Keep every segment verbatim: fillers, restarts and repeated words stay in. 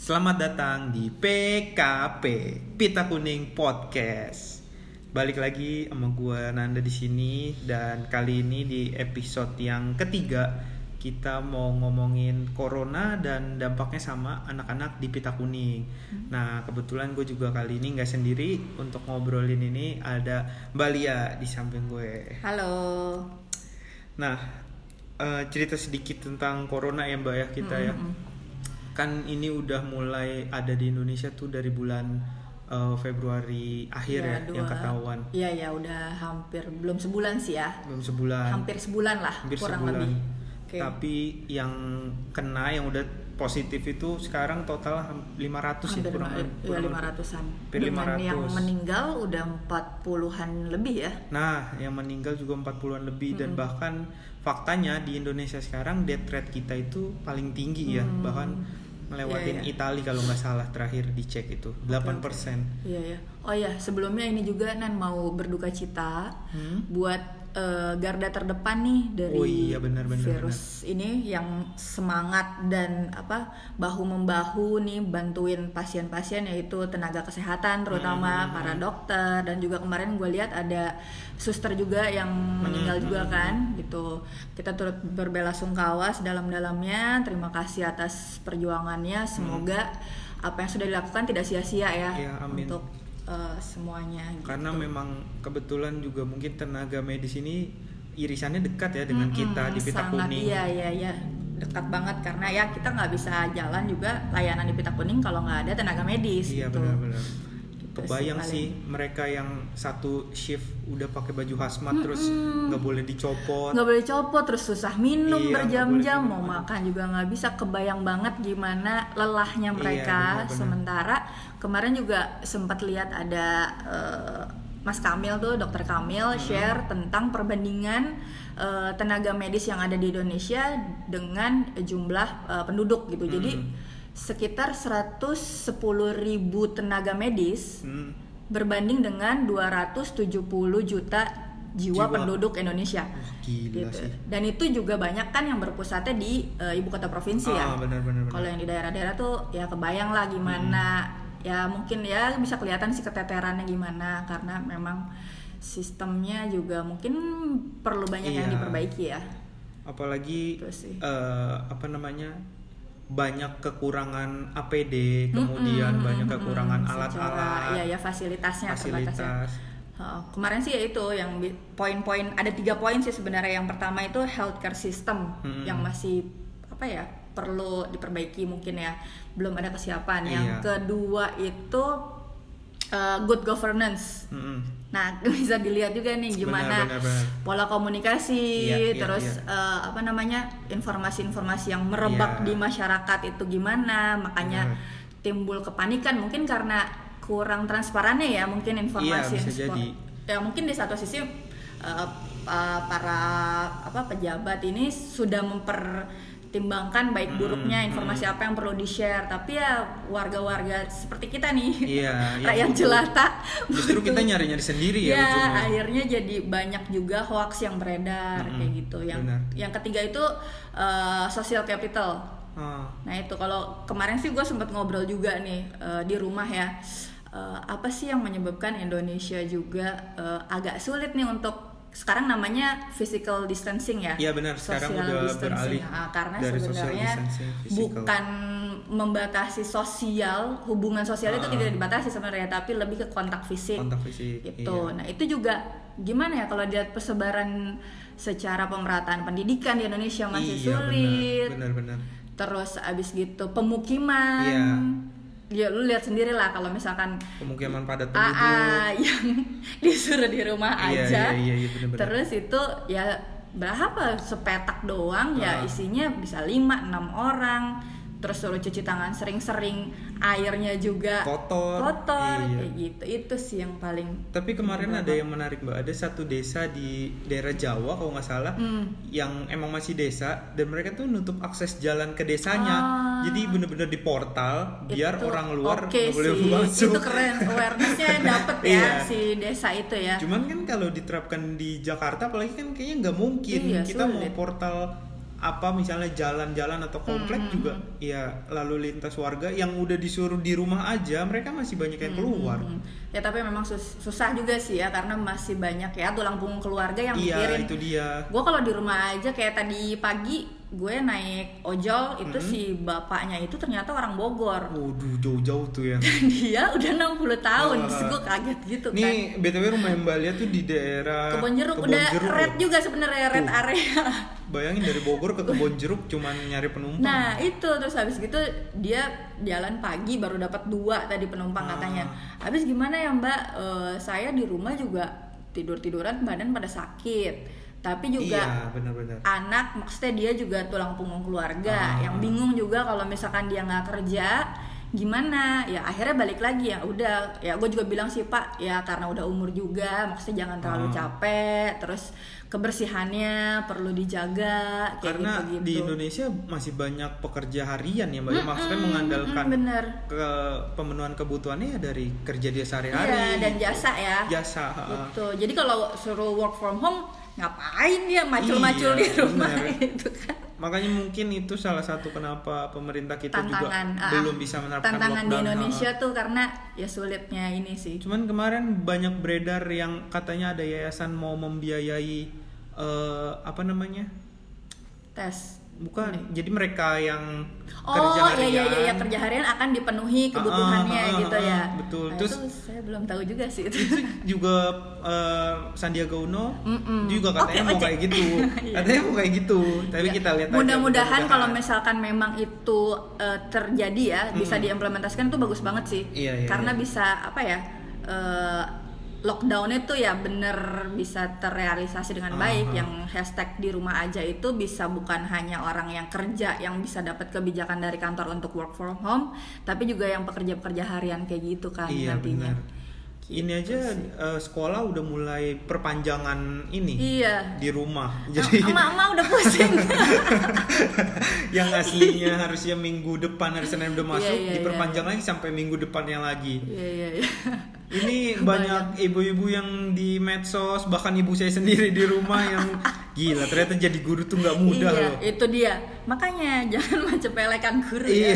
Selamat datang di P K P Pita Kuning Podcast. Balik lagi sama gue Nanda di sini, dan kali ini di episode yang ketiga kita mau ngomongin corona dan dampaknya sama anak-anak di Pita Kuning. Nah, kebetulan gue juga kali ini nggak sendiri untuk ngobrolin ini, ada Mbak Lia di samping gue. Halo. Nah, uh, cerita sedikit tentang corona ya Mbak ya kita mm-hmm. ya. Kan ini udah mulai ada di Indonesia tuh dari bulan uh, Februari akhir ya, ya dua, yang ketahuan. Iya ya, udah hampir belum sebulan sih ya. Belum sebulan. Hampir sebulan lah, hampir kurang sebulan. lebih. Okay. Tapi yang kena, yang udah positif itu sekarang total lima ratus hampir ya kurang lebih. Ya lima ratusan. Dengan yang meninggal udah empat puluhan lebih ya. Nah, yang meninggal juga empat puluhan lebih hmm. dan bahkan faktanya di Indonesia sekarang death rate kita itu paling tinggi ya, hmm. bahkan melewatin yeah, yeah. Italia kalau nggak salah terakhir dicek itu delapan persen. Iya okay, okay. ya. Oh ya, sebelumnya ini juga Nan mau berduka cita hmm? buat uh, garda terdepan nih dari oh, iya, benar, benar, virus benar. Ini yang semangat dan apa bahu membahu nih bantuin pasien-pasien, yaitu tenaga kesehatan terutama hmm. para dokter, dan juga kemarin gue lihat ada suster juga yang meninggal hmm. juga kan gitu. Kita turut berbelasungkawa sedalam-dalamnya. Terima kasih atas perjuangannya. Semoga hmm. apa yang sudah dilakukan tidak sia-sia ya, ya amin. Untuk uh, semuanya gitu. Karena memang kebetulan juga mungkin tenaga medis ini irisannya dekat ya dengan hmm, kita di Pita sangat, Kuning. Iya iya iya. Dekat banget, karena ya kita nggak bisa jalan juga layanan di Pita Kuning kalau nggak ada tenaga medis. Iya gitu. benar-benar. Kebayang sih mereka yang satu shift udah pakai baju hazmat mm-hmm. terus nggak boleh dicopot, nggak boleh copot, terus susah minum iya, berjam-jam, mau minum. makan juga nggak bisa. Kebayang banget gimana lelahnya mereka. Iya, benar-benar. Sementara kemarin juga sempat lihat ada uh, Mas Kamil tuh, Dokter Kamil hmm. share tentang perbandingan uh, tenaga medis yang ada di Indonesia dengan jumlah uh, penduduk gitu. Hmm. Jadi sekitar seratus sepuluh ribu tenaga medis hmm. berbanding dengan dua ratus tujuh puluh juta jiwa, jiwa. penduduk Indonesia. Oh, gila gitu. sih. Dan itu juga banyak kan yang berpusatnya di uh, ibu kota provinsi ah, ya. Benar, benar, benar. Kalau yang di daerah-daerah tuh ya kebayang lah gimana. Hmm. Ya mungkin ya bisa kelihatan sih keteterannya gimana, karena memang sistemnya juga mungkin perlu banyak iya. yang diperbaiki ya. Apalagi uh, apa namanya? banyak kekurangan A P D, kemudian mm-hmm, banyak kekurangan mm-hmm, alat-alat, ya ya fasilitasnya, fasilitas. Uh, kemarin sih ya itu yang poin-poin, ada tiga poin sih sebenarnya. Yang pertama itu healthcare system mm-hmm. yang masih apa ya perlu diperbaiki mungkin ya, belum ada kesiapan. Iya. Yang kedua itu uh, good governance. Mm-hmm. Nah, bisa dilihat juga nih gimana benar, benar, benar. pola komunikasi, iya, terus iya, iya. Uh, apa namanya informasi-informasi yang merebak iya. di masyarakat itu gimana, makanya benar. timbul kepanikan mungkin karena kurang transparannya ya, mungkin informasi. Iya, bisa jadi. Ya mungkin di satu sisi uh, uh, para apa pejabat ini sudah memper timbangkan baik buruknya informasi hmm. apa yang perlu di-share, tapi ya warga-warga seperti kita nih, iya, rakyat jelata, justru kita nyari-nyari sendiri ya. Ya ujungnya. Akhirnya jadi banyak juga hoax yang beredar hmm, kayak gitu. Yang benar. yang ketiga itu uh, social capital. Oh. Nah itu kalau kemarin sih gue sempat ngobrol juga nih uh, di rumah ya, uh, apa sih yang menyebabkan Indonesia juga uh, agak sulit nih untuk sekarang namanya physical distancing ya. Iya benar, sekarang social udah distancing. beralih Nah, karena dari sebenarnya bukan membatasi sosial, hubungan sosial uh, itu tidak dibatasi sebenarnya, tapi lebih ke kontak fisik. Kontak fisik. Itu. Iya. Nah, itu juga gimana ya kalau lihat persebaran secara pemerataan pendidikan di Indonesia masih iya, sulit. Benar, benar, benar. Terus abis gitu pemukiman. Iya. Ya lu lihat sendiri lah kalau misalkan pemukiman padat penduduk A A yang disuruh di rumah aja, iya, iya, iya, bener-bener. Terus itu ya berapa sepetak doang ah. ya isinya bisa lima enam orang, terus suruh cuci tangan sering-sering, airnya juga kotor, kotor iya. kayak gitu. Itu sih yang paling. Tapi kemarin ada yang menarik Mbak, ada satu desa di daerah Jawa kalau nggak salah hmm. yang emang masih desa, dan mereka tuh nutup akses jalan ke desanya, ah. jadi bener-bener di portal biar itu, orang luar okay nggak boleh masuk. Itu keren, awarenessnya dapet ya iya. si desa itu ya. Cuman kan kalau diterapkan di Jakarta apalagi kan kayaknya nggak mungkin iya, kita sulit. Mau portal apa misalnya jalan-jalan atau komplek hmm. juga ya lalu lintas warga yang udah disuruh di rumah aja mereka masih banyak yang keluar. Hmm. Ya tapi memang sus- susah juga sih ya karena masih banyak ya tulang punggung keluarga yang iya, mikirin. Iya itu dia. Gue kalau di rumah aja kayak tadi pagi gue naik ojol itu hmm. si bapaknya itu ternyata orang Bogor. Waduh jauh-jauh tuh ya. Dia udah enam puluh tahun, terus gue kaget gitu nih, kan. Nih B T W rumah Mbak Lia tuh di daerah Kebon Jeruk, Kebon udah Jeruk red loh. juga sebenarnya red tuh. Area. Bayangin dari Bogor ke Kebon Jeruk cuman nyari penumpang. Nah itu terus habis gitu dia jalan pagi baru dapat dua tadi penumpang ah. katanya. Habis gimana ya Mbak? Uh, saya di rumah juga tidur-tiduran badan pada sakit. Tapi juga iya, bener-bener. anak maksudnya dia juga tulang punggung keluarga ah. yang bingung juga kalau misalkan dia nggak kerja gimana ya akhirnya balik lagi ya udah ya gue juga bilang sih Pak ya karena udah umur juga maksudnya jangan terlalu ah. capek terus kebersihannya perlu dijaga kayak karena gitu-gitu. Di Indonesia masih banyak pekerja harian ya Mbak mm-hmm, maksudnya mengandalkan bener. ke pemenuhan kebutuhannya ya dari kerja dia sehari-hari iya, dan jasa ya jasa gitu. Jadi kalau suruh work from home ngapain dia macul-macul iya, di rumah gitu kan. Makanya mungkin itu salah satu kenapa pemerintah kita tantangan, juga uh, belum bisa menerapkan tantangan lockdown. Di Indonesia uh. tuh karena ya sulitnya ini sih. Cuman kemarin banyak beredar yang katanya ada yayasan mau membiayai uh, apa namanya? Tes. Bukan, ini. Jadi mereka yang oh, kerja harian. Oh iya iya iya kerja harian akan dipenuhi kebutuhannya uh, uh, uh, gitu uh, ya. Betul. Nah, Terus itu saya belum tahu juga sih itu. Itu juga uh, Sandiaga Uno Mm-mm. juga katanya okay, mau okay. kayak gitu. Katanya mau kayak gitu. Tapi ya. Kita lihat mudah-mudahan aja. Kalau misalkan memang itu uh, terjadi ya, mm. bisa diimplementasikan itu bagus banget sih. Iya, iya, karena iya. bisa apa ya? Uh, lockdown itu ya bener bisa terrealisasi dengan baik. Uh-huh. Yang hashtag di rumah aja itu bisa bukan hanya orang yang kerja yang bisa dapat kebijakan dari kantor untuk work from home, tapi juga yang pekerja-pekerja harian kayak gitu kan iya, nantinya. Bener. Ini aja uh, sekolah udah mulai perpanjangan ini iya. di rumah. Jadi emak-emak udah pusing. Yang aslinya harusnya minggu depan hari Senin udah masuk iya, iya, diperpanjang iya. lagi sampai minggu depannya lagi. Iya iya iya. Ini banyak ibu-ibu yang di medsos, bahkan ibu saya sendiri di rumah yang gila ternyata jadi guru tuh nggak mudah iya, loh. Itu dia. Makanya jangan mencepelekan guru iya.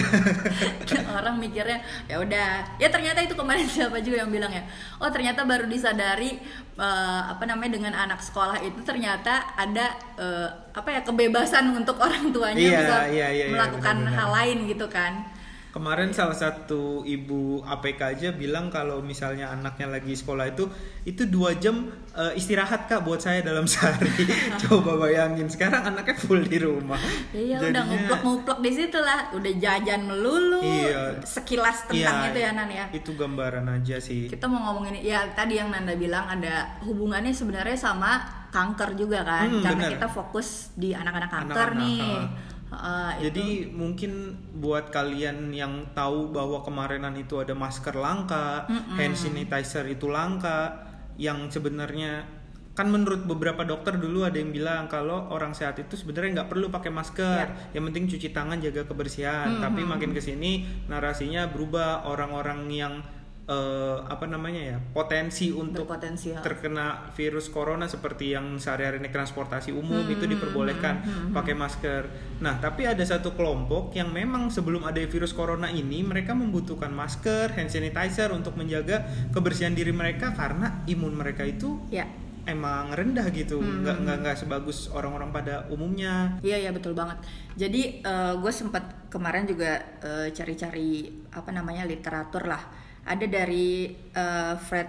ya. Orang mikirnya ya udah. Ya ternyata itu kemarin siapa juga yang bilang ya. Oh ternyata baru disadari uh, apa namanya dengan anak sekolah itu ternyata ada uh, apa ya kebebasan untuk orang tuanya iya, bisa iya, iya, melakukan iya, benar, hal benar. lain gitu kan. Kemarin salah satu ibu A P K aja bilang kalau misalnya anaknya lagi sekolah itu itu dua jam uh, istirahat Kak buat saya dalam sehari. Coba bayangin sekarang anaknya full di rumah. Iya jadinya, udah nguplek-nguplek di situ lah, udah jajan melulu. Iya, sekilas tentang iya, itu ya Nan ya. Itu gambaran aja sih. Kita mau ngomongin ya tadi yang Nanda bilang ada hubungannya sebenarnya sama kanker juga kan, hmm, karena bener. kita fokus di anak-anak kanker anak-anak, nih. Uh. Uh, Jadi itu. mungkin buat kalian yang tahu bahwa kemarinan itu ada masker langka, Mm-mm. hand sanitizer itu langka, yang sebenarnya kan menurut beberapa dokter dulu ada yang bilang kalau orang sehat itu sebenarnya nggak perlu pakai masker, yeah. yang penting cuci tangan jaga kebersihan. Mm-hmm. Tapi makin kesini narasinya berubah, orang-orang yang Uh, apa namanya ya potensi untuk Berpotensi, terkena virus corona seperti yang sehari-hari naik transportasi umum hmm, itu diperbolehkan hmm, hmm, pakai masker. Nah tapi ada satu kelompok yang memang sebelum ada virus corona ini mereka membutuhkan masker, hand sanitizer untuk menjaga kebersihan diri mereka karena imun mereka itu ya. Emang rendah gitu, hmm. nggak nggak nggak sebagus orang-orang pada umumnya. Iya iya betul banget. Jadi uh, gue sempat kemarin juga uh, cari-cari apa namanya literatur lah. Ada dari uh, Fred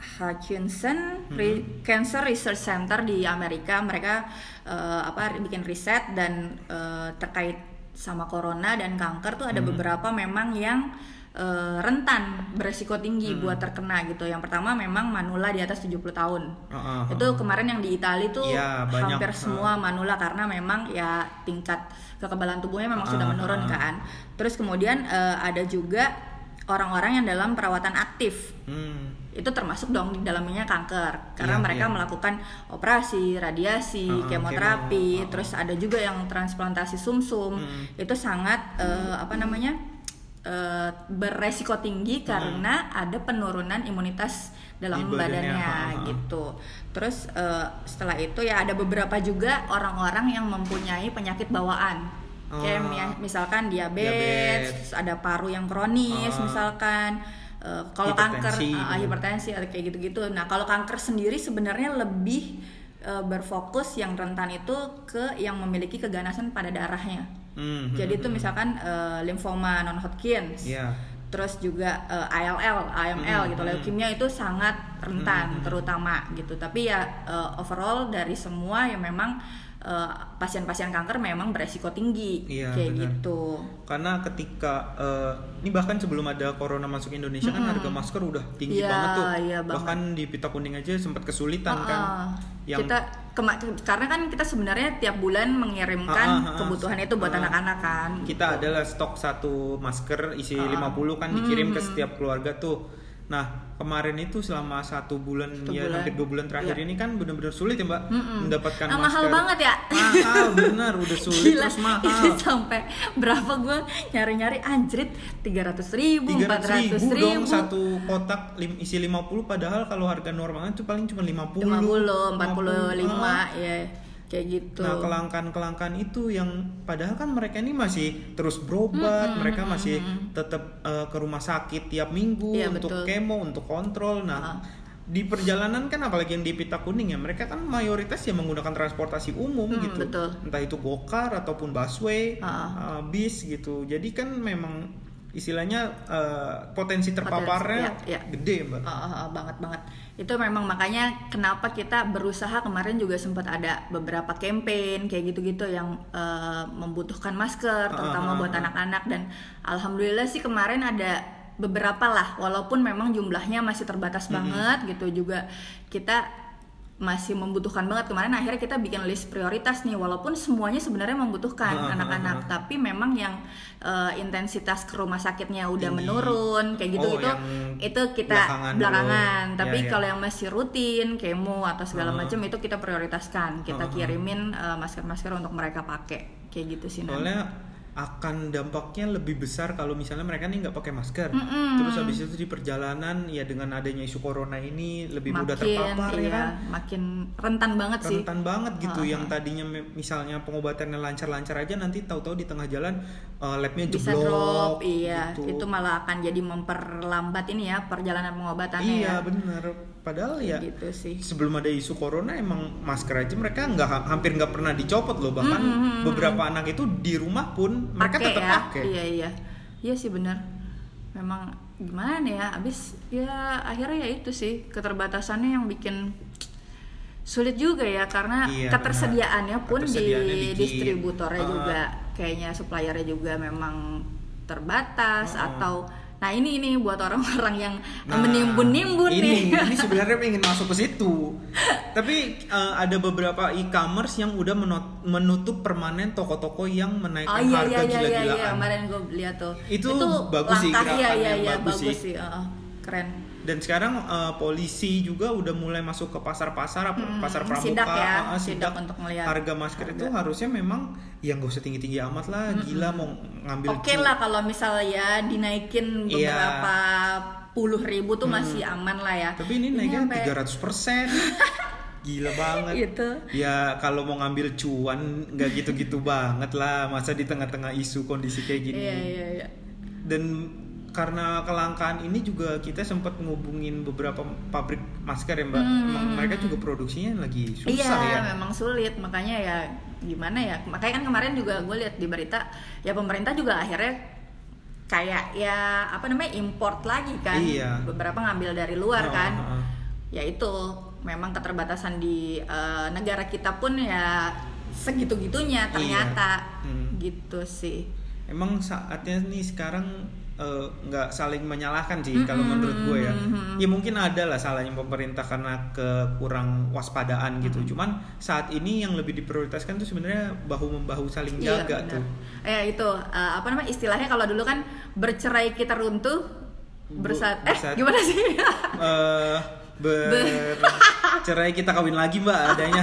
Hutchinson hmm. Re- Cancer Research Center di Amerika. Mereka uh, apa bikin riset dan uh, terkait sama corona dan kanker tuh ada hmm. beberapa memang yang uh, rentan beresiko tinggi hmm. buat terkena gitu. Yang pertama memang manula di atas tujuh puluh tahun. Uh, uh, uh. Itu kemarin yang di Italia tuh ya, banyak, hampir semua manula karena memang ya tingkat kekebalan tubuhnya memang uh, sudah menurun uh. kan. Terus kemudian uh, ada juga orang-orang yang dalam perawatan aktif, hmm. itu termasuk dong di dalamnya kanker karena yeah, mereka yeah. melakukan operasi, radiasi, uh, kemoterapi, kemo, uh, uh. terus ada juga yang transplantasi sumsum, hmm. itu sangat uh, apa namanya uh, beresiko tinggi karena hmm. ada penurunan imunitas dalam Di badannya, badannya gitu. Terus uh, setelah itu ya ada beberapa juga orang-orang yang mempunyai penyakit bawaan. Oh. Kayak misalkan diabetes, diabetes, ada paru yang kronis oh. misalkan. Uh, kalau kanker, uh, hipertensi atau kayak gitu-gitu. Nah, kalau kanker sendiri sebenarnya lebih uh, berfokus yang rentan itu ke yang memiliki keganasan pada darahnya. Mm-hmm. Jadi itu misalkan uh, limfoma non-Hodgkin, yeah. terus juga uh, A L L, A M L mm-hmm. gitu, leukemia itu sangat rentan mm-hmm. terutama gitu. Tapi ya uh, overall dari semua ya memang Uh, pasien-pasien kanker memang beresiko tinggi, iya, kayak benar. Gitu. Karena ketika uh, ini bahkan sebelum ada corona masuk Indonesia mm-hmm. kan harga masker udah tinggi ya, banget tuh, ya bahkan di Pita Kuning aja sempat kesulitan uh, kan. Yang kita kema- karena kan kita sebenarnya tiap bulan mengirimkan uh, uh, uh, kebutuhan itu buat uh, anak-anak kan. Kita gitu. Adalah stok satu masker isi uh, lima puluh kan dikirim mm-hmm. ke setiap keluarga tuh. Nah kemarin itu selama satu bulan satu ya bulan. hampir dua bulan terakhir ya. Ini kan benar-benar sulit ya Mbak Mm-mm. mendapatkan nah, masker. Mahal banget ya. Mahal benar, udah sulit. Gila, terus mahal. Itu sampai berapa gue nyari-nyari anjrit tiga ratus ribu, empat ratus ribu dong satu kotak lim, isi lima puluh padahal kalau harga normalnya itu paling cuma lima puluh. lima puluh, empat puluh lima ya. Kayak gitu. Nah kelangkaan-kelangkaan itu yang padahal kan mereka ini masih terus berobat, mm-hmm, mereka masih mm-hmm. tetap uh, ke rumah sakit tiap minggu ya, untuk betul. Kemo, untuk kontrol. Nah uh-huh. di perjalanan kan apalagi yang di Pita Kuning ya mereka kan mayoritas ya menggunakan transportasi umum hmm, gitu, betul. Entah itu gokar ataupun busway, uh-huh. uh, bis gitu. Jadi kan memang istilahnya uh, potensi terpaparnya potensi, ya, ya. gede Mbak. Uh, uh, uh, banget banget. Itu memang makanya kenapa kita berusaha kemarin juga sempat ada beberapa campaign kayak gitu-gitu yang uh, membutuhkan masker terutama uh, uh, buat uh, anak-anak dan alhamdulillah sih kemarin ada beberapa lah walaupun memang jumlahnya masih terbatas mm-hmm. banget gitu juga kita masih membutuhkan banget. Kemarin akhirnya kita bikin list prioritas nih walaupun semuanya sebenarnya membutuhkan uh, anak-anak uh, uh. tapi memang yang uh, intensitas ke rumah sakitnya udah ini. menurun kayak gitu oh, itu itu kita belakangan, belakangan. Tapi ya, ya. kalau yang masih rutin kemo atau segala uh. macam itu kita prioritaskan kita uh, uh. kirimin uh, masker-masker untuk mereka pakai kayak gitu sih. Soalnya akan dampaknya lebih besar kalau misalnya mereka nih nggak pakai masker. Mm-mm. Terus habis itu di perjalanan ya dengan adanya isu corona ini lebih makin, mudah terpapar iya, ya kan. Makin rentan banget rentan sih. Rentan banget gitu. Uh-huh. Yang tadinya misalnya pengobatannya lancar-lancar aja nanti tahu-tahu di tengah jalan uh, labnya jeblok. Bisa drop, iya. Gitu. Itu malah akan jadi memperlambat ini ya perjalanan pengobatannya. Iya ya. benar. Padahal ya gitu sih. Sebelum ada isu corona emang masker aja mereka nggak hampir nggak pernah dicopot loh, bahkan mm-hmm. beberapa anak itu di rumah pun mereka pake tetap ya? pakai. Iya iya, iya sih benar. Memang gimana ya, abis ya akhirnya ya itu sih keterbatasannya yang bikin sulit juga ya karena iya, ketersediaannya benar. pun Ketersediaannya di dikit. distributornya uh, juga kayaknya suppliernya juga memang terbatas uh, atau nah ini ini buat orang-orang yang nah, menimbun-nimbun ini, nih. Ini sebenarnya pengen masuk ke situ. Tapi uh, ada beberapa e-commerce yang udah menutup permanen toko-toko yang menaikkan oh, iya, harga iya, gila-gilaan. Iya, iya, kemarin gue lihat tuh. Itu, itu bagus sih gerakan iya, iya, yang iya, bagus, bagus sih. sih. Uh, keren. Dan sekarang uh, polisi juga udah mulai masuk ke pasar-pasar, hmm, pasar pramuka, sidak ya, uh, sidak, sidak untuk melihat harga masker harga. Itu harusnya memang ya nggak usah tinggi-tinggi amat lah, hmm, gila mau ngambil. Oke okay lah kalau misalnya dinaikin beberapa yeah. puluh ribu tuh hmm. masih aman lah ya. Tapi ini, ini naiknya tiga ratus persen. Gila banget. Itu. Ya kalau mau ngambil cuan nggak gitu-gitu banget lah, masa di tengah-tengah isu kondisi kayak gini. Iya iya iya. Dan karena kelangkaan ini juga kita sempat ngubungin beberapa pabrik masker ya Mbak. Hmm. Emang mereka juga produksinya lagi susah iya, ya. Iya, memang sulit. Makanya ya gimana ya. Makanya kan kemarin juga gue lihat di berita ya pemerintah juga akhirnya kayak ya apa namanya import lagi kan. Iya. Beberapa ngambil dari luar oh, kan. Oh, oh. Ya itu memang keterbatasan di uh, negara kita pun ya segitu-gitunya ternyata. Iya. Hmm. Gitu sih. Emang saatnya nih sekarang nggak uh, saling menyalahkan sih mm-hmm. kalau menurut gue ya. Mm-hmm. Ya mungkin ada lah salahnya pemerintah karena kekurang waspadaan gitu. Mm-hmm. Cuman saat ini yang lebih diprioritaskan tuh sebenarnya bahu membahu saling iya, jaga benar. tuh. Eh itu uh, apa namanya istilahnya kalau dulu kan bercerai kita runtuh bersat Bu, eh gimana sih? uh, ber cerai kita kawin lagi mbak adanya.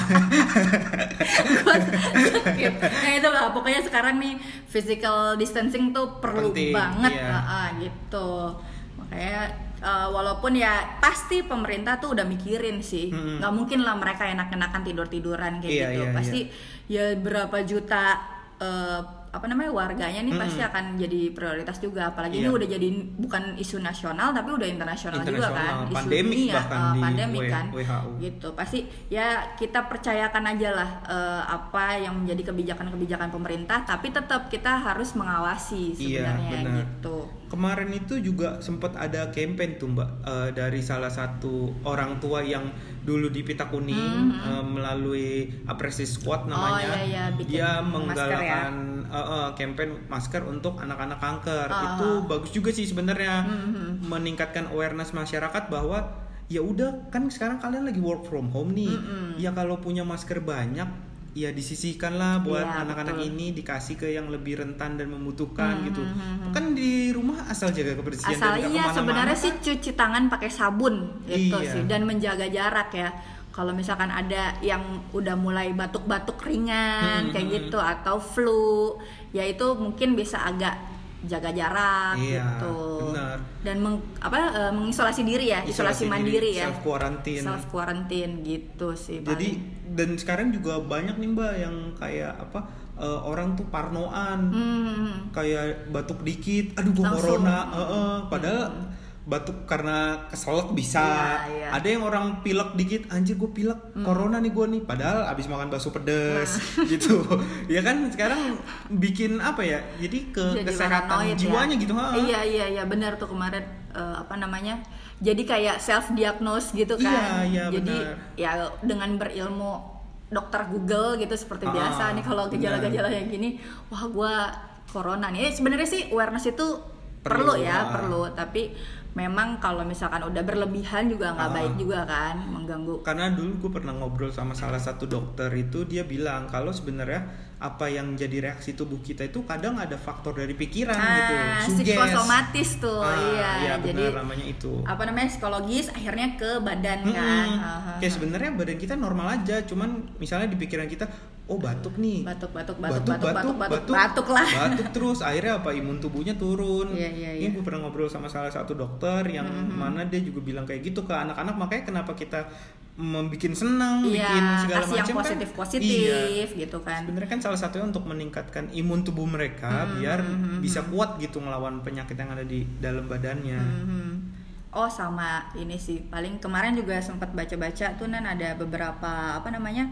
Nah itu lah pokoknya sekarang nih physical distancing tuh perlu penting, banget iya. Nah, gitu makanya uh, walaupun ya pasti pemerintah tuh udah mikirin sih nggak hmm. mungkin lah mereka enak-enakan tidur-tiduran kayak iya, gitu iya, pasti iya. Ya berapa juta uh, apa namanya warganya nih hmm. pasti akan jadi prioritas juga apalagi iya. Ini udah jadi bukan isu nasional tapi udah internasional juga kan isu pandemik dunia uh, pandemik kan W H O gitu pasti ya kita percayakan aja lah uh, apa yang menjadi kebijakan-kebijakan pemerintah tapi tetap kita harus mengawasi sebenarnya iya, gitu. Kemarin itu juga sempat ada campaign tuh mbak uh, dari salah satu orang tua yang dulu di Pita Kuning mm-hmm. uh, melalui Apresi Squad namanya oh, iya, iya. Dia menggalakkan ya. uh, uh, campaign masker untuk anak-anak kanker uh. Itu bagus juga sih sebenarnya mm-hmm. meningkatkan awareness masyarakat bahwa ya udah kan sekarang kalian lagi work from home nih mm-hmm. ya kalau punya masker banyak ya disisihkan lah buat ya, anak-anak betul. Ini dikasih ke yang lebih rentan dan membutuhkan hmm, gitu. Hmm, kan di rumah asal jaga kebersihan asal dan iya sebenarnya kan? Sih cuci tangan pakai sabun gitu iya. Sih dan menjaga jarak ya. Kalau misalkan ada yang udah mulai batuk-batuk ringan hmm, kayak gitu atau flu, ya itu mungkin bisa agak jaga jarak iya, gitu benar. Dan meng, apa uh, mengisolasi diri ya isolasi, isolasi mandiri diri, ya self quarantine self quarantine gitu sih jadi paling. Dan sekarang juga banyak nih mbak yang kayak apa uh, orang tuh parnoan hmm. kayak batuk dikit aduh gua corona uh, uh, padahal hmm. batuk karena keselak bisa ya, ya. Ada yang orang pilek dikit anjir gue pilek hmm. corona nih gue nih padahal abis makan bakso pedes nah. Gitu ya kan sekarang bikin apa ya jadi ke jadi kesehatan jiwanya ya. Gitu ha. Iya iya iya benar tuh kemarin uh, apa namanya jadi kayak self diagnose gitu kan iya, iya, jadi benar. Ya dengan berilmu dokter Google gitu seperti ah, biasa nih kalau gejala-gejala yang gini wah gue corona nih sebenarnya sih awareness itu perlu, perlu ya ah. perlu tapi memang kalau misalkan udah berlebihan juga nggak uh, baik juga kan mengganggu. Karena dulu gue pernah ngobrol sama salah satu dokter itu dia bilang kalau sebenarnya apa yang jadi reaksi tubuh kita itu kadang ada faktor dari pikiran ah, gitu. Suges. Psikosomatis tuh, ah, iya. iya jadi benar, namanya itu. Apa namanya psikologis akhirnya ke badan hmm, kan. Uh-huh. Kayak sebenarnya badan kita normal aja, cuman misalnya di pikiran kita oh batuk nih, batuk batuk batuk batuk batuk batuk, batuk, batuk, batuk lah, batuk terus akhirnya apa imun tubuhnya turun. Iya, iya, iya. Ini gue pernah ngobrol sama salah satu dokter yang mm-hmm. mana dia juga bilang kayak gitu ke anak-anak makanya kenapa kita membikin senang, iya, bikin segala macam yang positif positif iya. gitu kan. Sebenarnya kan salah satunya untuk meningkatkan imun tubuh mereka mm-hmm. biar mm-hmm. bisa kuat gitu ngelawan penyakit yang ada di dalam badannya. Mm-hmm. Oh sama ini sih paling kemarin juga sempat baca-baca tuh Nan ada beberapa apa namanya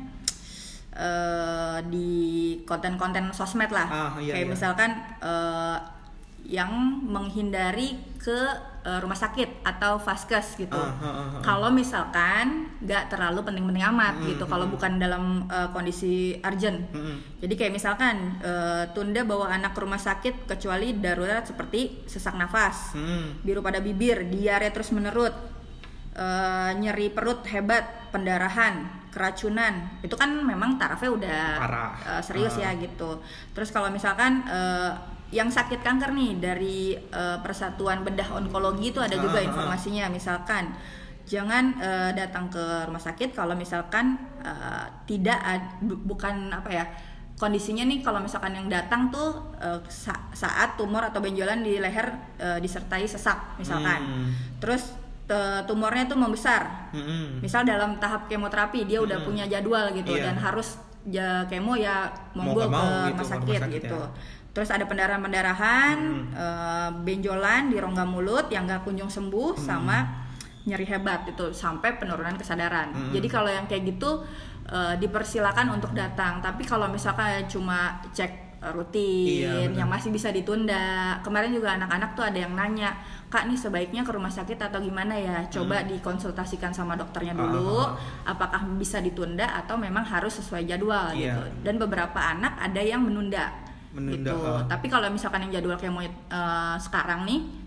uh, di konten-konten sosmed lah ah, iya, kayak iya. misalkan uh, yang menghindari ke uh, rumah sakit atau vaskes gitu. Uh, uh, uh, uh. Kalau misalkan nggak terlalu penting-penting amat uh, gitu. Uh, Kalau uh, bukan dalam uh, kondisi urgent. Uh, uh. Jadi kayak misalkan uh, tunda bawa anak ke rumah sakit kecuali darurat seperti sesak nafas, uh. biru pada bibir, diare terus menerus, uh, nyeri perut hebat, pendarahan, keracunan. Itu kan memang tarafnya udah uh, serius uh. ya gitu. Terus kalau misalkan uh, yang sakit kanker nih dari uh, Persatuan Bedah Onkologi itu ada juga informasinya misalkan jangan uh, datang ke rumah sakit kalau misalkan uh, tidak ad, bu, bukan apa ya kondisinya nih kalau misalkan yang datang tuh uh, sa- saat tumor atau benjolan di leher uh, disertai sesak misalkan hmm. terus uh, tumornya tuh membesar hmm. misal dalam tahap kemoterapi dia hmm. udah punya jadwal gitu yeah. dan harus ya kemo ya monggo ke rumah gitu, sakit, rumah sakit gitu ya. Terus ada pendarahan-pendarahan, hmm. uh, benjolan di rongga mulut yang gak kunjung sembuh, hmm. sama nyeri hebat itu sampai penurunan kesadaran. Hmm. Jadi kalau yang kayak gitu uh, dipersilakan untuk datang. Tapi kalau misalkan cuma cek rutin, iya, yang masih bisa ditunda. Kemarin juga anak-anak tuh ada yang nanya, Kak nih sebaiknya ke rumah sakit atau gimana ya? Coba hmm. dikonsultasikan sama dokternya dulu, uh-huh. apakah bisa ditunda atau memang harus sesuai jadwal iya. gitu. Dan beberapa anak ada yang menunda. Menunda, gitu. uh. Tapi kalau misalkan yang jadwal kemo uh, sekarang nih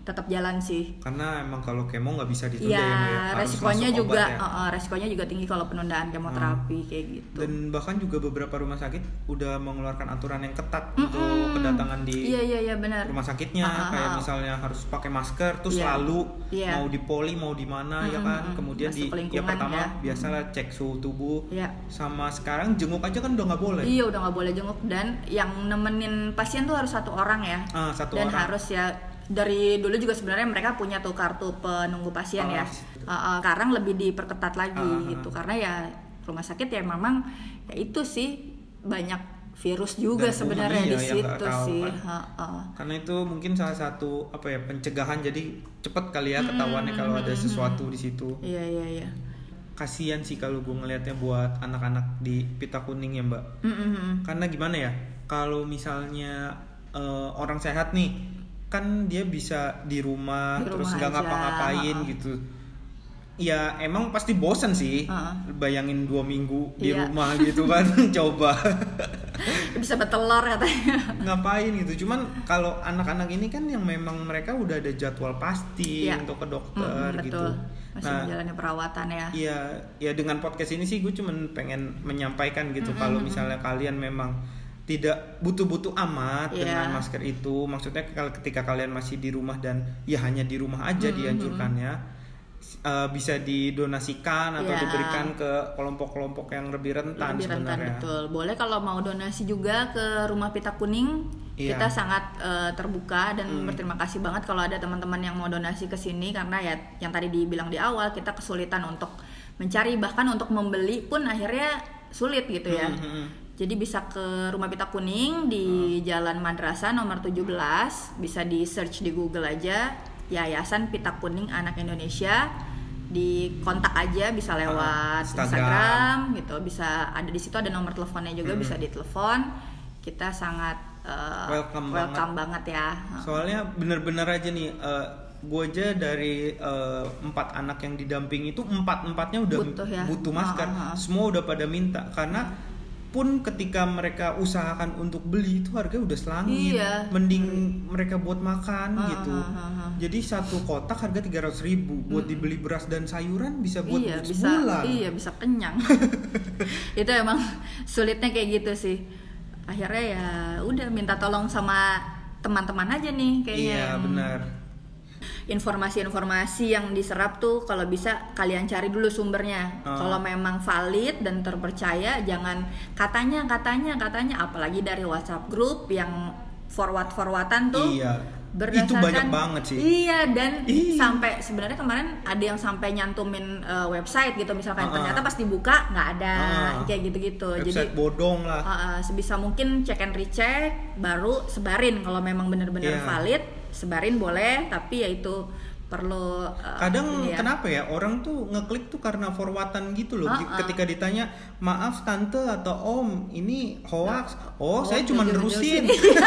tetap jalan sih. Karena emang kalau kemo nggak bisa ditunda ya, ya, ya. resikonya juga ya. uh, uh, resikonya juga tinggi kalau penundaan kemoterapi hmm. kayak gitu. Dan bahkan juga beberapa rumah sakit udah mengeluarkan aturan yang ketat mm-hmm. untuk kedatangan di iya, iya, iya, benar. rumah sakitnya, uh-huh. kayak misalnya harus pakai masker, terus yeah. selalu yeah. mau di poli mau di mana mm-hmm. ya kan, kemudian Masuk di ya pertama ya. biasalah cek suhu tubuh, yeah. sama sekarang jenguk aja kan udah nggak boleh. Iya udah nggak boleh jenguk, dan yang nemenin pasien tuh harus satu orang ya, uh, satu dan orang. harus ya. Dari dulu juga sebenarnya mereka punya tuh kartu penunggu pasien oh, ya. Uh, uh, sekarang lebih diperketat lagi uh, gitu karena ya rumah sakit ya memang ya itu sih banyak virus juga dan sebenarnya di situ sih. Kan. Uh, uh. Karena itu mungkin salah satu apa ya pencegahan, jadi cepet kali ya ketahuannya hmm, kalau ada sesuatu di situ. Iya iya iya. Kasian sih kalau gue ngelihatnya buat anak-anak di Pita Kuning ya Mbak. Mm-hmm. Karena gimana ya, kalau misalnya uh, orang sehat nih kan dia bisa di rumah, di rumah terus nggak ngapa-ngapain uh-uh. gitu. Ya emang pasti bosan sih, uh-uh. bayangin dua minggu di iya. rumah gitu kan, coba. Bisa bertelur katanya. Ngapain gitu? Cuman kalau anak-anak ini kan yang memang mereka udah ada jadwal pasti iya. untuk ke dokter mm, gitu. Masih nah, menjalani perawatan ya. Iya, ya dengan podcast ini sih gue cuman pengen menyampaikan gitu, mm-hmm. kalau misalnya kalian memang tidak butuh-butuh amat yeah. dengan masker itu, maksudnya kalau ketika kalian masih di rumah dan ya hanya di rumah aja mm-hmm. dianjurkannya uh, bisa didonasikan atau yeah. diberikan ke kelompok-kelompok yang lebih rentan lebih rentan sebenarnya. Betul. Boleh kalau mau donasi juga ke Rumah Pita Kuning, yeah. kita sangat uh, terbuka dan mm. berterima kasih banget kalau ada teman-teman yang mau donasi ke sini, karena ya yang tadi dibilang di awal kita kesulitan untuk mencari, bahkan untuk membeli pun akhirnya sulit gitu ya. Mm-hmm. Jadi bisa ke Rumah Pita Kuning di hmm. Jalan Madrasah nomor tujuh belas, bisa di search di Google aja, Yayasan Pita Kuning Anak Indonesia. Di kontak aja, bisa lewat uh, Instagram. Instagram gitu, bisa ada di situ ada nomor teleponnya juga, hmm. bisa ditelepon. Kita sangat uh, welcome, welcome banget. banget ya. Soalnya bener-bener aja nih, uh, gue aja dari uh, empat anak yang didampingi itu empat-empatnya udah butuh, ya? butuh masker, uh, uh, uh. semua udah pada minta karena pun ketika mereka usahakan untuk beli itu harganya udah selangit, iya. mending hmm. mereka buat makan ah, gitu. Ah, ah, ah. Jadi satu kotak harga tiga ratus ribu buat hmm. dibeli beras dan sayuran bisa buat iya, buat bisa, sebulan. Iya bisa kenyang. Itu emang sulitnya kayak gitu sih. Akhirnya ya udah minta tolong sama teman-teman aja nih kayaknya. Iya benar. Informasi-informasi yang diserap tuh kalau bisa kalian cari dulu sumbernya. Uh. Kalau memang valid dan terpercaya, jangan katanya katanya katanya, apalagi dari WhatsApp grup yang forward-forwardan tuh. Iya. Berdasarkan, itu banyak banget sih. Iya, dan Ih. sampai sebenarnya kemarin ada yang sampai nyantumin uh, website gitu misalkan, uh-uh. ternyata pas dibuka nggak ada, uh-uh. kayak gitu-gitu. Website jadi bodong lah. Uh, uh, sebisa mungkin cek and recheck, baru sebarin kalau memang benar-benar yeah. valid. Sebarin boleh, tapi ya itu perlu uh, kadang ya. Kenapa ya orang tuh ngeklik tuh karena forwardan gitu loh. Uh-uh. Ketika ditanya maaf tante atau om ini hoax, oh, oh saya cuma nerusin.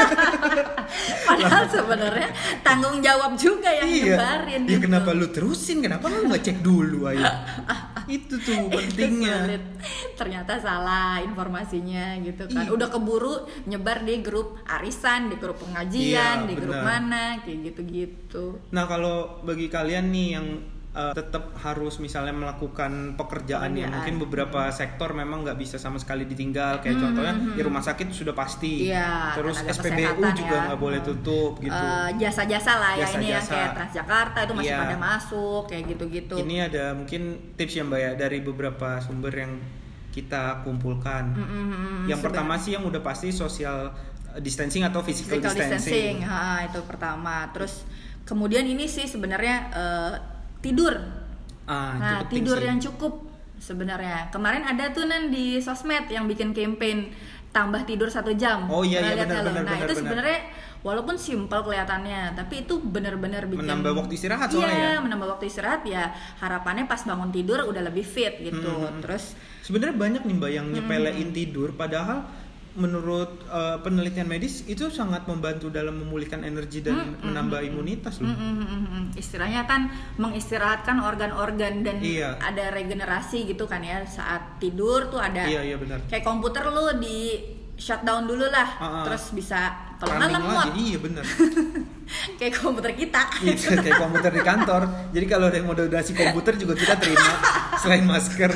Padahal sebenarnya tanggung jawab juga yang iya. nyebarin. Ya gitu. Kenapa lu terusin? Kenapa lu nggak cek dulu ayo? Itu tuh pentingnya. Ternyata salah informasinya gitu kan. Ih. Udah keburu nyebar di grup arisan, di grup pengajian, iya, di bener. grup mana kayak gitu-gitu. Nah kalau bagi kalian nih yang uh, tetap harus misalnya melakukan pekerjaan ya, mungkin beberapa sektor memang nggak bisa sama sekali ditinggal, kayak hmm, contohnya hmm, di rumah sakit sudah pasti, ya, terus S P B U juga nggak ya. boleh tutup gitu. Uh, jasa-jasa lah ya, jasa, ini jasa. yang kayak Transjakarta itu masih ya. pada masuk kayak gitu-gitu. Ini ada mungkin tips ya Mbak ya dari beberapa sumber yang kita kumpulkan. Mm-hmm, yang sebenernya. Pertama sih yang udah pasti social distancing atau physical, physical distancing. distancing. Ha, itu pertama. Terus kemudian ini sih sebenarnya uh, tidur. Ah, nah, tidur sih. yang cukup sebenarnya. Kemarin ada tuh nan di sosmed yang bikin campaign tambah tidur satu jam. Oh iya iya benar-benar. Nah, itu sebenarnya walaupun simpel kelihatannya, tapi itu benar-benar bikin menambah waktu istirahat soalnya iya, ya. menambah waktu istirahat ya. Harapannya pas bangun tidur udah lebih fit gitu. Hmm. Terus sebenarnya banyak nih Mbak yang nyepelein hmm. tidur, padahal menurut uh, penelitian medis itu sangat membantu dalam memulihkan energi dan hmm. menambah hmm. imunitas loh. Hmm. Hmm. Istilahnya kan mengistirahatkan organ-organ dan iya. ada regenerasi gitu kan ya saat tidur tuh ada. Iya iya benar. Kayak komputer lu di shutdown dulu lah, uh-uh. terus bisa kalau nggak lemot. Iya benar. Kayak komputer kita. Gitu, kayak komputer di kantor. Jadi kalau ada yang mau donasi komputer juga kita terima selain masker.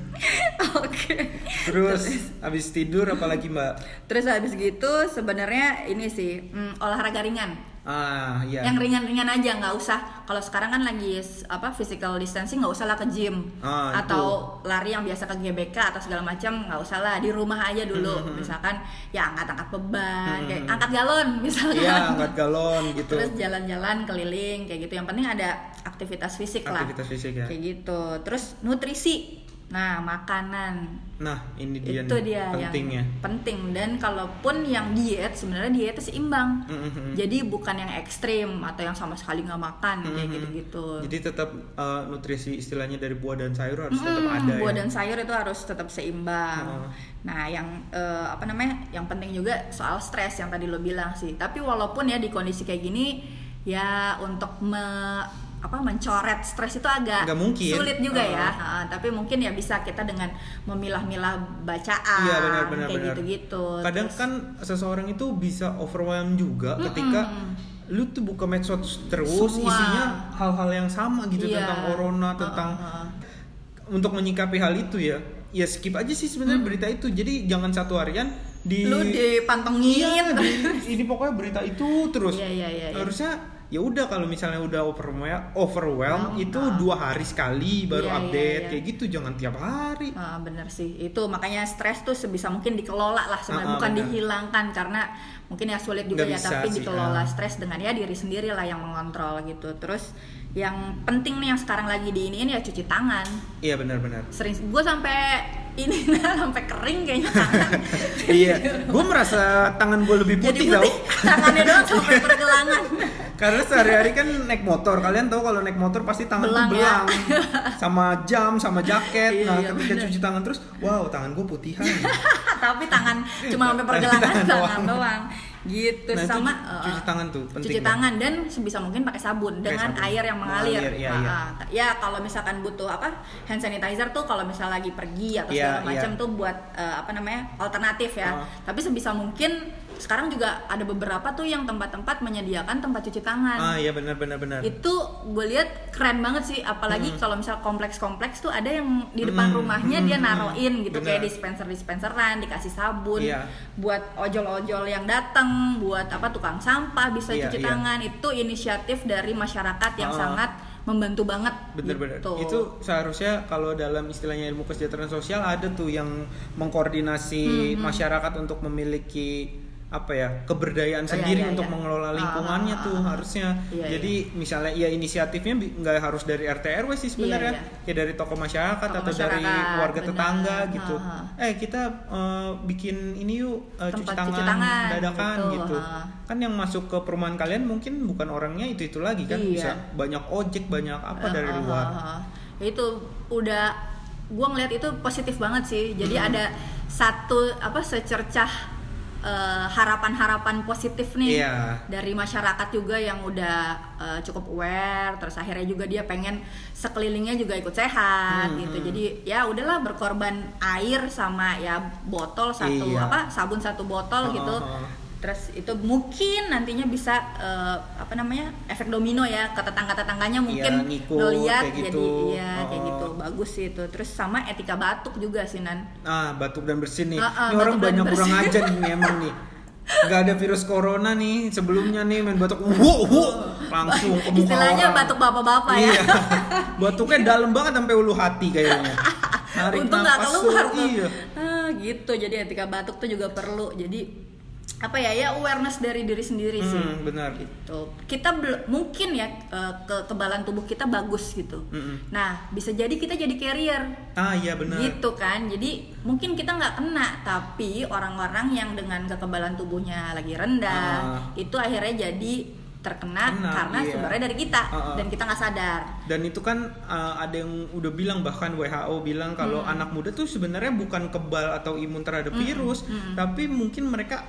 Oke. Okay. Terus habis tidur apalagi Mbak? Terus habis gitu sebenarnya ini sih mm, olahraga ringan. Ah iya. Yang ringan-ringan aja, nggak usah. Kalau sekarang kan lagi apa physical distancing, nggak usah lah ke gym ah, atau itu. Lari yang biasa ke G B K atau segala macam, nggak usah lah, di rumah aja dulu. Mm-hmm. Misalkan ya angkat-angkat beban, mm-hmm. kayak angkat galon misalkan. Iya angkat galon gitu. Terus jalan-jalan keliling kayak gitu. Yang penting ada aktivitas fisik lah. Aktivitas fisik ya. Kayak gitu. Terus nutrisi. Nah, makanan. Nah, ini dia itu nih, dia pentingnya. Yang penting. Dan kalaupun yang diet, sebenarnya dietnya seimbang. Mm-hmm. Jadi bukan yang ekstrim atau yang sama sekali nggak makan, mm-hmm. kayak gitu-gitu. Jadi tetap uh, nutrisi istilahnya dari buah dan sayur harus mm-hmm. tetap ada. Buah ya? dan sayur itu harus tetap seimbang. Uh. Nah, yang uh, apa namanya? Yang penting juga soal stres yang tadi lo bilang sih. Tapi walaupun ya di kondisi kayak gini, ya untuk me apa mencoret stres itu agak sulit juga uh, ya uh, tapi mungkin ya bisa kita dengan memilah-milah bacaan iya, benar, benar, kayak benar. gitu-gitu. Kadang terus, kan seseorang itu bisa overwhelm juga mm-mm. ketika lu tuh buka medsos terus semua. Isinya hal-hal yang sama gitu iya. tentang corona tentang uh, uh. Untuk menyikapi hal itu ya ya skip aja sih sebenarnya hmm. berita itu. Jadi jangan satu harian di lu dipantengin iya, di, ini pokoknya berita itu terus iya, iya, iya, harusnya ya udah kalau misalnya udah overwhelm overwhelm oh, itu ah. dua hari sekali baru iya, update iya, iya. kayak gitu, jangan tiap hari. Ah, bener sih itu, makanya stres tuh sebisa mungkin dikelola lah sebenarnya, ah, bukan bener. Dihilangkan karena mungkin ya sulit juga Nggak ya tapi sih, dikelola ya. Stres dengan ya diri sendiri lah yang mengontrol gitu. Terus yang penting nih yang sekarang lagi diiniin ya cuci tangan. Iya benar-benar. Sering gue sampai ini nah sampai kering kayaknya tangan. Iya, gue merasa tangan gue lebih putih tau. Tangannya doang sampai pergelangan. Karena sehari-hari kan naik motor, kalian tahu kalau naik motor pasti tangan belang, tuh belang, ya? Sama jam, sama jaket. Nah iya, ketika bener. Cuci tangan terus, wow tangan gue putihan. Tapi tangan cuma sampai pergelangan tangan, tangan doang. Gitu nah, sama cuci, cuci tangan tuh penting. Cuci tangan dan sebisa mungkin pakai sabun pakai dengan sabun. Air yang mengalir. mengalir iya, iya. Nah, ya kalau misalkan butuh apa hand sanitizer tuh kalau misalnya lagi pergi atau segala yeah, macam yeah. tuh buat uh, apa namanya alternatif ya. Uh. Tapi sebisa mungkin sekarang juga ada beberapa tuh yang tempat-tempat menyediakan tempat cuci tangan. Ah iya benar benar benar. Itu gue lihat keren banget sih, apalagi hmm. kalau misal kompleks-kompleks tuh ada yang di depan hmm. rumahnya hmm. dia naruhin gitu bener. Kayak dispenser-dispenseran, dikasih sabun yeah. buat ojol-ojol yang datang, buat apa tukang sampah bisa yeah, cuci yeah. tangan. Itu inisiatif dari masyarakat yang oh. sangat membantu banget. Bener-bener. Gitu. Itu seharusnya kalau dalam istilahnya ilmu kesejahteraan sosial ada tuh yang mengkoordinasi hmm. masyarakat untuk memiliki apa ya keberdayaan oh, sendiri iya, iya, untuk iya. mengelola lingkungannya ah, tuh ah, harusnya iya, jadi iya. misalnya ya inisiatifnya nggak harus dari R T R W sih sebenarnya iya, iya. ya dari tokoh masyarakat tokoh atau masyarakat, dari keluarga bener. Tetangga gitu ah, ah. eh kita uh, bikin ini yuk uh, cuci tangan, cuci tangan dadakan gitu, gitu. Ah. Kan yang masuk ke perumahan kalian mungkin bukan orangnya itu itu lagi kan iya. bisa banyak ojek banyak apa ah, dari ah, luar ah, ah. Itu udah gua ngeliat itu positif banget sih jadi hmm. ada satu apa secercah Uh, harapan-harapan positif nih yeah. dari masyarakat juga yang udah uh, cukup aware, terus akhirnya juga dia pengen sekelilingnya juga ikut sehat hmm, gitu. Jadi ya udahlah berkorban air sama ya botol satu iya. apa sabun satu botol oh, gitu. Oh, oh. Terus itu mungkin nantinya bisa uh, apa namanya efek domino ya ke tetangga-tetangganya mungkin iya, ngikut, ngeliat kayak jadi gitu. ya oh. kayak gitu bagus sih itu. Terus sama etika batuk juga sih Nan. Ah batuk dan bersin nih. Uh, uh, ini orang banyak kurang ajar nih emang nih. Gak ada virus corona nih sebelumnya nih main batuk wuh wuh langsung ke muka istilahnya orang. Batuk bapak-bapak ya. Iya. Batuknya dalam banget sampai ulu hati kayaknya. Narik untung nggak keluar tuh. Iya. Ah, gitu jadi etika batuk tuh juga perlu. Jadi apa ya ya awareness dari diri sendiri sih. Hmm, benar. Gitu. Kita bel- mungkin ya kekebalan tubuh kita bagus gitu. Mm-hmm. Nah bisa jadi kita jadi carrier. Ah iya benar. Gitu kan. Jadi mungkin kita nggak kena tapi orang-orang yang dengan kekebalan tubuhnya lagi rendah ah. itu akhirnya jadi terkena Kena, karena iya. sumbernya dari kita uh, uh. dan kita nggak sadar. Dan itu kan uh, ada yang udah bilang bahkan W H O bilang kalau hmm. anak muda tuh sebenarnya bukan kebal atau imun terhadap hmm. virus, hmm. tapi mungkin mereka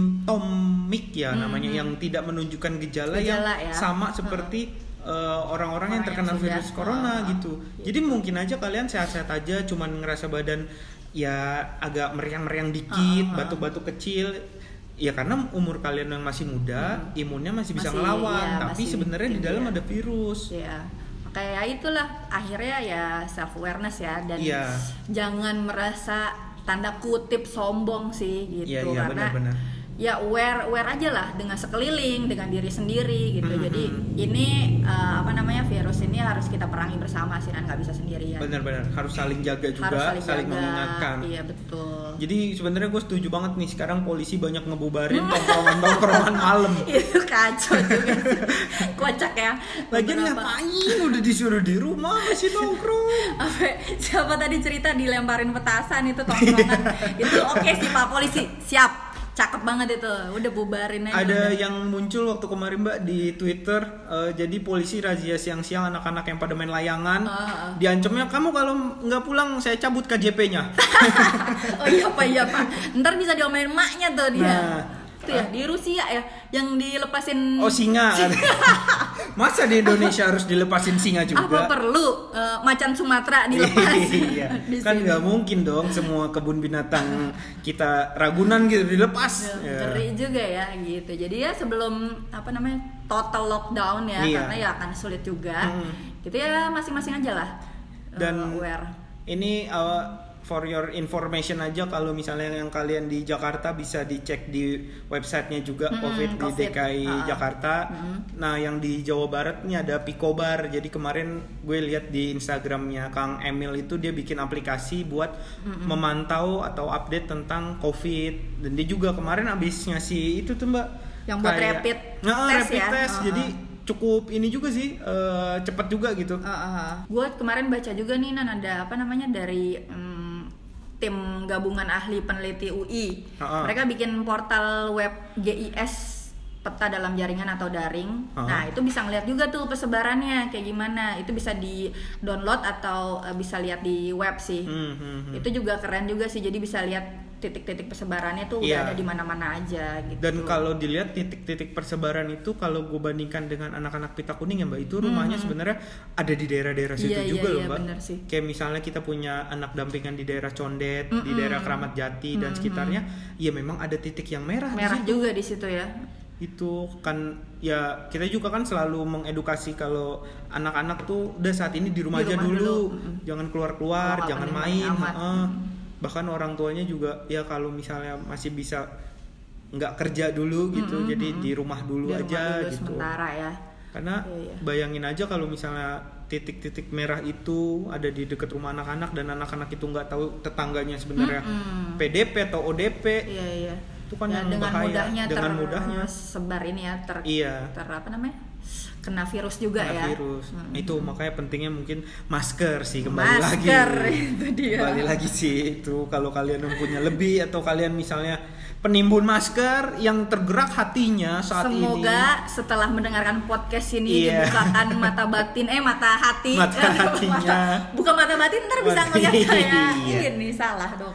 asimptomik ya hmm. namanya yang tidak menunjukkan gejala, gejala yang ya. sama seperti uh, orang-orang Orang yang terkena yang virus corona uh, gitu. gitu. Jadi mungkin aja kalian sehat-sehat aja, cuman ngerasa badan ya agak meriang-meriang dikit, uh, uh. batuk-batuk kecil. Ya karena umur kalian yang masih muda, hmm. imunnya masih bisa masih, ngelawan, ya, tapi sebenarnya di dalam ya. ada virus. Iya. Kayak itulah akhirnya ya self awareness ya, dan ya. jangan merasa tanda kutip sombong sih gitu, ya, ya, karena benar, benar. ya aware aware aja lah dengan sekeliling, dengan diri sendiri gitu. Mm-hmm. Jadi ini uh, apa namanya virus ini harus kita perangi bersama sih, dan nggak bisa sendirian. Benar-benar harus saling jaga juga, harus saling, saling jaga. mengingatkan. Iya betul. Jadi sebenarnya gue setuju banget nih, sekarang polisi banyak ngebubarin tongkrongan-tongkrongan malam. Itu kacau juga sih, kocak ya. Lagian ngapain udah disuruh di rumah masih nongkrong. Apa? Siapa tadi cerita dilemparin petasan itu tongkrongan? Itu oke okay sih Pak Polisi, siap. Cakep banget itu, udah bubarin aja. Ada udah. yang muncul waktu kemarin Mbak di Twitter, uh, jadi polisi razia siang-siang anak-anak yang pada main layangan, uh, uh. diancamnya kamu kalau nggak pulang saya cabut K J P-nya. Oh iya Pak, iya Pak. Ntar bisa diomelin maknya tuh dia. Nah, itu ya di Rusia ya yang dilepasin. Oh singa. Masa di Indonesia harus dilepasin singa juga? Apa perlu uh, macan Sumatera dilepas? Iya. Kan nggak mungkin dong semua kebun binatang kita Ragunan gitu dilepas. Ya, ngeri juga ya gitu. Jadi ya sebelum apa namanya total lockdown ya, iya. karena ya akan sulit juga. Hmm. Gitu ya masing-masing aja lah. Dan uh, aware. Ini uh, for your information aja, kalau misalnya yang kalian di Jakarta bisa dicek di websitenya juga hmm, COVID, COVID di D K I uh, Jakarta. Hmm. Nah yang di Jawa Barat ini ada Picobar. Jadi kemarin gue lihat di Instagramnya Kang Emil itu dia bikin aplikasi buat hmm. memantau atau update tentang COVID. Dan dia juga kemarin abis ngasih itu tuh Mbak, yang buat kayak, rapid nah, test rapid ya. test. Uh-huh. Jadi cukup ini juga sih, uh, cepat juga gitu. Uh-huh. Gue kemarin baca juga nih Nan, ada apa namanya dari um, tim gabungan ahli peneliti U I. Uh-huh. Mereka bikin portal web G I S, peta dalam jaringan atau daring. Uh-huh. Nah itu bisa ngeliat juga tuh persebarannya kayak gimana. Itu bisa di download atau uh, bisa lihat di web sih. Uh-huh. Itu juga keren juga sih. Jadi bisa lihat titik-titik persebarannya tuh yeah. udah ada di mana-mana aja gitu. Dan kalau dilihat titik-titik persebaran itu, kalau gue bandingkan dengan anak-anak Pita Kuning ya Mbak, itu rumahnya mm-hmm. sebenarnya ada di daerah-daerah situ yeah, juga yeah, loh yeah, Mbak. Bener sih. Kayak misalnya kita punya anak dampingan di daerah Condet, mm-hmm. di daerah Kramat Jati mm-hmm. dan sekitarnya, ya memang ada titik yang merah. Merah di juga di situ ya. Itu kan ya kita juga kan selalu mengedukasi kalau anak-anak tuh udah saat ini di rumah, di rumah aja dulu, dulu. Mm-hmm. jangan keluar-keluar, oh, jangan main. Bahkan orang tuanya juga ya kalau misalnya masih bisa nggak kerja dulu gitu, mm-hmm. jadi di rumah dulu di aja rumah dulu gitu. Sementara ya. Karena yeah, yeah. bayangin aja kalau misalnya titik-titik merah itu ada di dekat rumah anak-anak dan anak-anak itu nggak tahu tetangganya sebenarnya mm-hmm. P D P atau O D P. Iya iya. Itu kan ya, yang dengan bahaya. mudahnya dengan ter- mudahnya sebar ini ya ter, iya. ter apa namanya? Kena virus juga kena ya. Virus. Hmm. Itu makanya pentingnya mungkin masker sih, kembali masker, lagi. Masker itu dia. Kembali lagi sih itu, kalau kalian mempunyai lebih atau kalian misalnya penimbun masker yang tergerak hatinya saat Semoga ini. Semoga setelah mendengarkan podcast ini yeah. dibukakan mata batin eh mata hati. Mata hatinya. mata, bukan mata batin, ntar bisa ngeliat saya. Ini salah dok.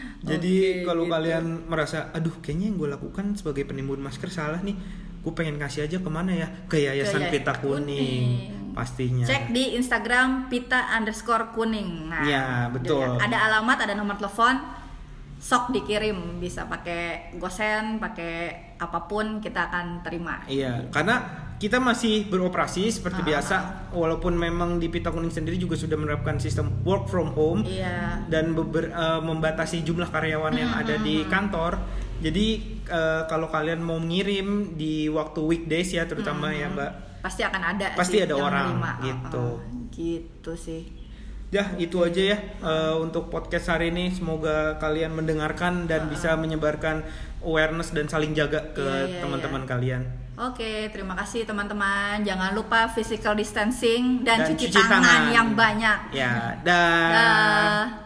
Jadi okay, kalau gitu. kalian merasa, aduh kayaknya yang gue lakukan sebagai penimbun masker salah nih, gue pengen kasih aja kemana ya? Ke Yayasan Pita Kuning. Kuning pastinya. Cek di Instagram Pita underscore Kuning. Nah, ya betul. Dilihat. Ada alamat, ada nomor telepon, sok dikirim, bisa pakai GoSend, pakai apapun kita akan terima. Iya, karena kita masih beroperasi seperti uh-huh. biasa, walaupun memang di Pita Kuning sendiri juga sudah menerapkan sistem work from home iya. dan beber, uh, membatasi jumlah karyawan yang uh-huh. ada di kantor. Jadi uh, kalau kalian mau ngirim di waktu weekdays ya terutama uh-huh. ya Mbak, pasti akan ada. Pasti sih ada orang terima. gitu. Uh-huh. Gitu sih. Ya itu aja ya uh, untuk podcast hari ini. Semoga kalian mendengarkan dan uh-huh. bisa menyebarkan awareness dan saling jaga ke yeah, yeah, teman-teman yeah. kalian. Oke, terima kasih teman-teman. Jangan lupa physical distancing dan, dan cuci, cuci tangan, tangan yang banyak. Ya, dah. Da.